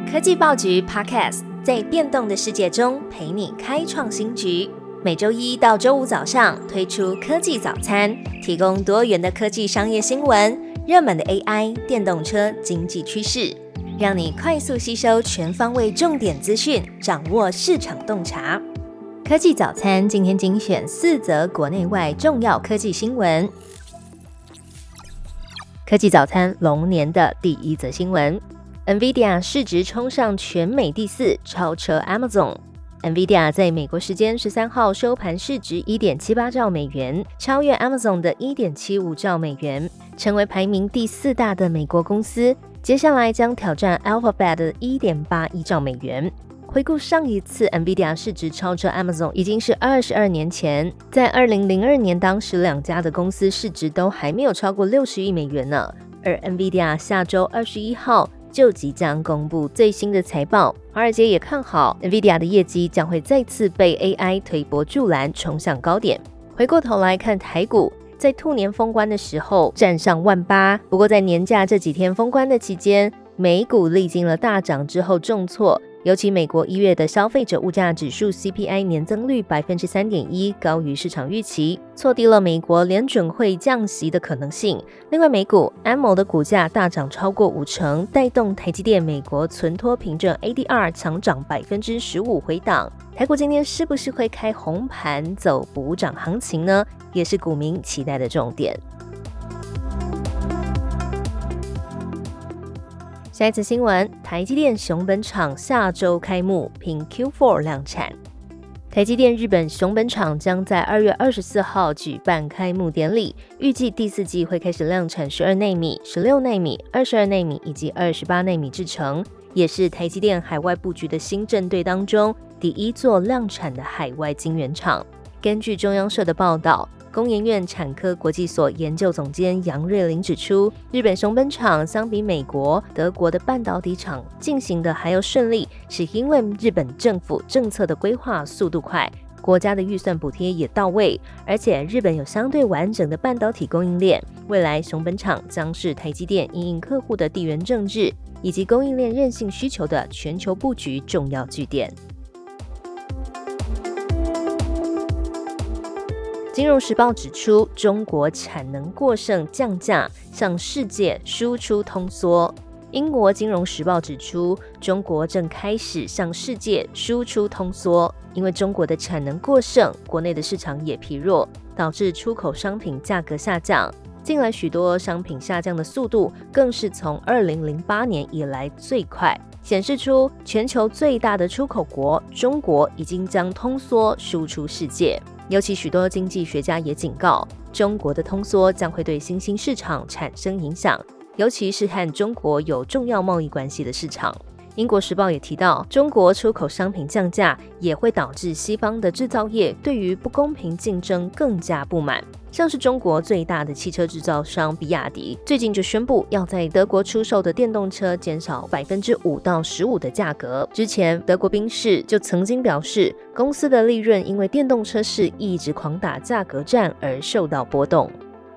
科技报局 Podcast 在变动的世界中陪你开创新局。每周一到周五早上推出科技早餐，提供多元的科技商业新闻、热门的 AI、电动车、经济趋势，让你快速吸收全方位重点资讯，掌握市场洞察。科技早餐今天精选4则国内外重要科技新闻。科技早餐龙年的第一则新闻， NVIDIA 市值冲上全美第4，超车 Amazon。NVIDIA 在美国时间13号收盘市值 1.78 兆美元，超越 Amazon 的 1.75 兆美元，成为排名第4大的美国公司，接下来将挑战 Alphabet 的 1.81 兆美元。回顾上一次 NVIDIA 市值超车 Amazon 已经是22年前，在2002年当时两家的公司市值都还没有超过60亿美元呢。而 NVIDIA 下周21号就即将公布最新的财报，华尔街也看好 NVIDIA 的业绩将会再次被 AI 推波助澜，冲向高点。回过头来看台股，在兔年封关的时候站上18000，不过在年假这几天封关的期间，美股历经了大涨之后重挫，尤其美国1月的消费者物价指数 CPI 年增率 3.1%， 高于市场预期，挫低了美国联准会降息的可能性。另外美股安谋的股价大涨超过50%，带动台积电美国存托凭证 ADR 强涨 15% 回档。台股今天是不是会开红盘走补涨行情呢？也是股民期待的重点。下一次新闻，台积电熊本厂下周开幕，拼 Q4 量产。台积电日本熊本厂将在2月24号举办开幕典礼，预计第4季会开始量产12奈米、16奈米、22奈米以及28奈米制程，也是台积电海外布局的新阵队当中第一座量产的海外晶圆厂。根据中央社的报道，工研院产科国际所研究总监杨瑞麟指出，日本熊本厂相比美国、德国的半导体厂进行的还要顺利，是因为日本政府政策的规划速度快，国家的预算补贴也到位，而且日本有相对完整的半导体供应链。未来熊本厂将是台积电因应客户的地缘政治以及供应链韧性需求的全球布局重要据点。金融时报指出，中国产能过剩降价，向世界输出通缩。英国金融时报指出，中国正开始向世界输出通缩，因为中国的产能过剩，国内的市场也疲弱，导致出口商品价格下降。近来许多商品下降的速度更是从2008年以来最快，显示出全球最大的出口国中国已经将通缩输出世界。尤其许多经济学家也警告，中国的通缩将会对新兴市场产生影响，尤其是和中国有重要贸易关系的市场。英国时报也提到，中国出口商品降价也会导致西方的制造业对于不公平竞争更加不满。像是中国最大的汽车制造商比亚迪，最近就宣布要在德国出售的电动车减少 5% 到 15% 的价格。之前德国宾士就曾经表示，公司的利润因为电动车市一直狂打价格战而受到波动。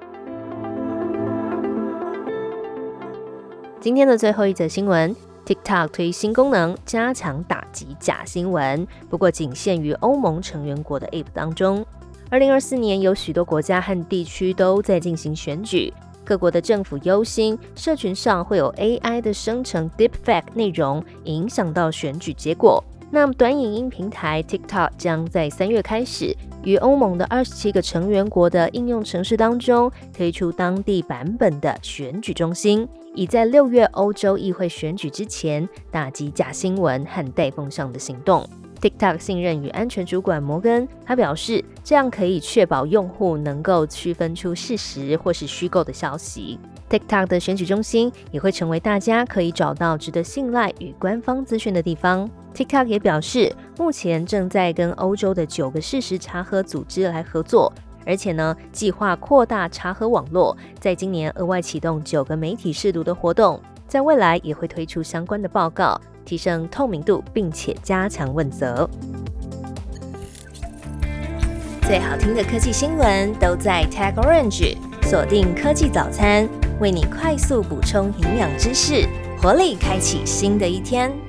今天的最后一则新闻， TikTok 推新功能加强打击假新闻，不过仅限于欧盟成员国的 App 当中。2024年有许多国家和地区都在进行选举，各国的政府忧心社群上会有 AI 的生成 Deepfake 内容影响到选举结果。那么短影音平台 TikTok 将在3月开始于欧盟的27个成员国的应用程式当中推出当地版本的选举中心，以在6月欧洲议会选举之前打击假新闻和带风向的行动。TikTok 信任与安全主管摩根，他表示，这样可以确保用户能够区分出事实或是虚构的消息。TikTok 的选举中心也会成为大家可以找到值得信赖与官方资讯的地方。TikTok 也表示，目前正在跟欧洲的9个事实查核组织来合作，而且呢，计划扩大查核网络，在今年额外启动9个媒体识读的活动，在未来也会推出相关的报告，提升透明度，并且加强问责。最好听的科技新闻都在 Tag Orange， 锁定科技早餐，为你快速补充营养知识，活力开启新的一天。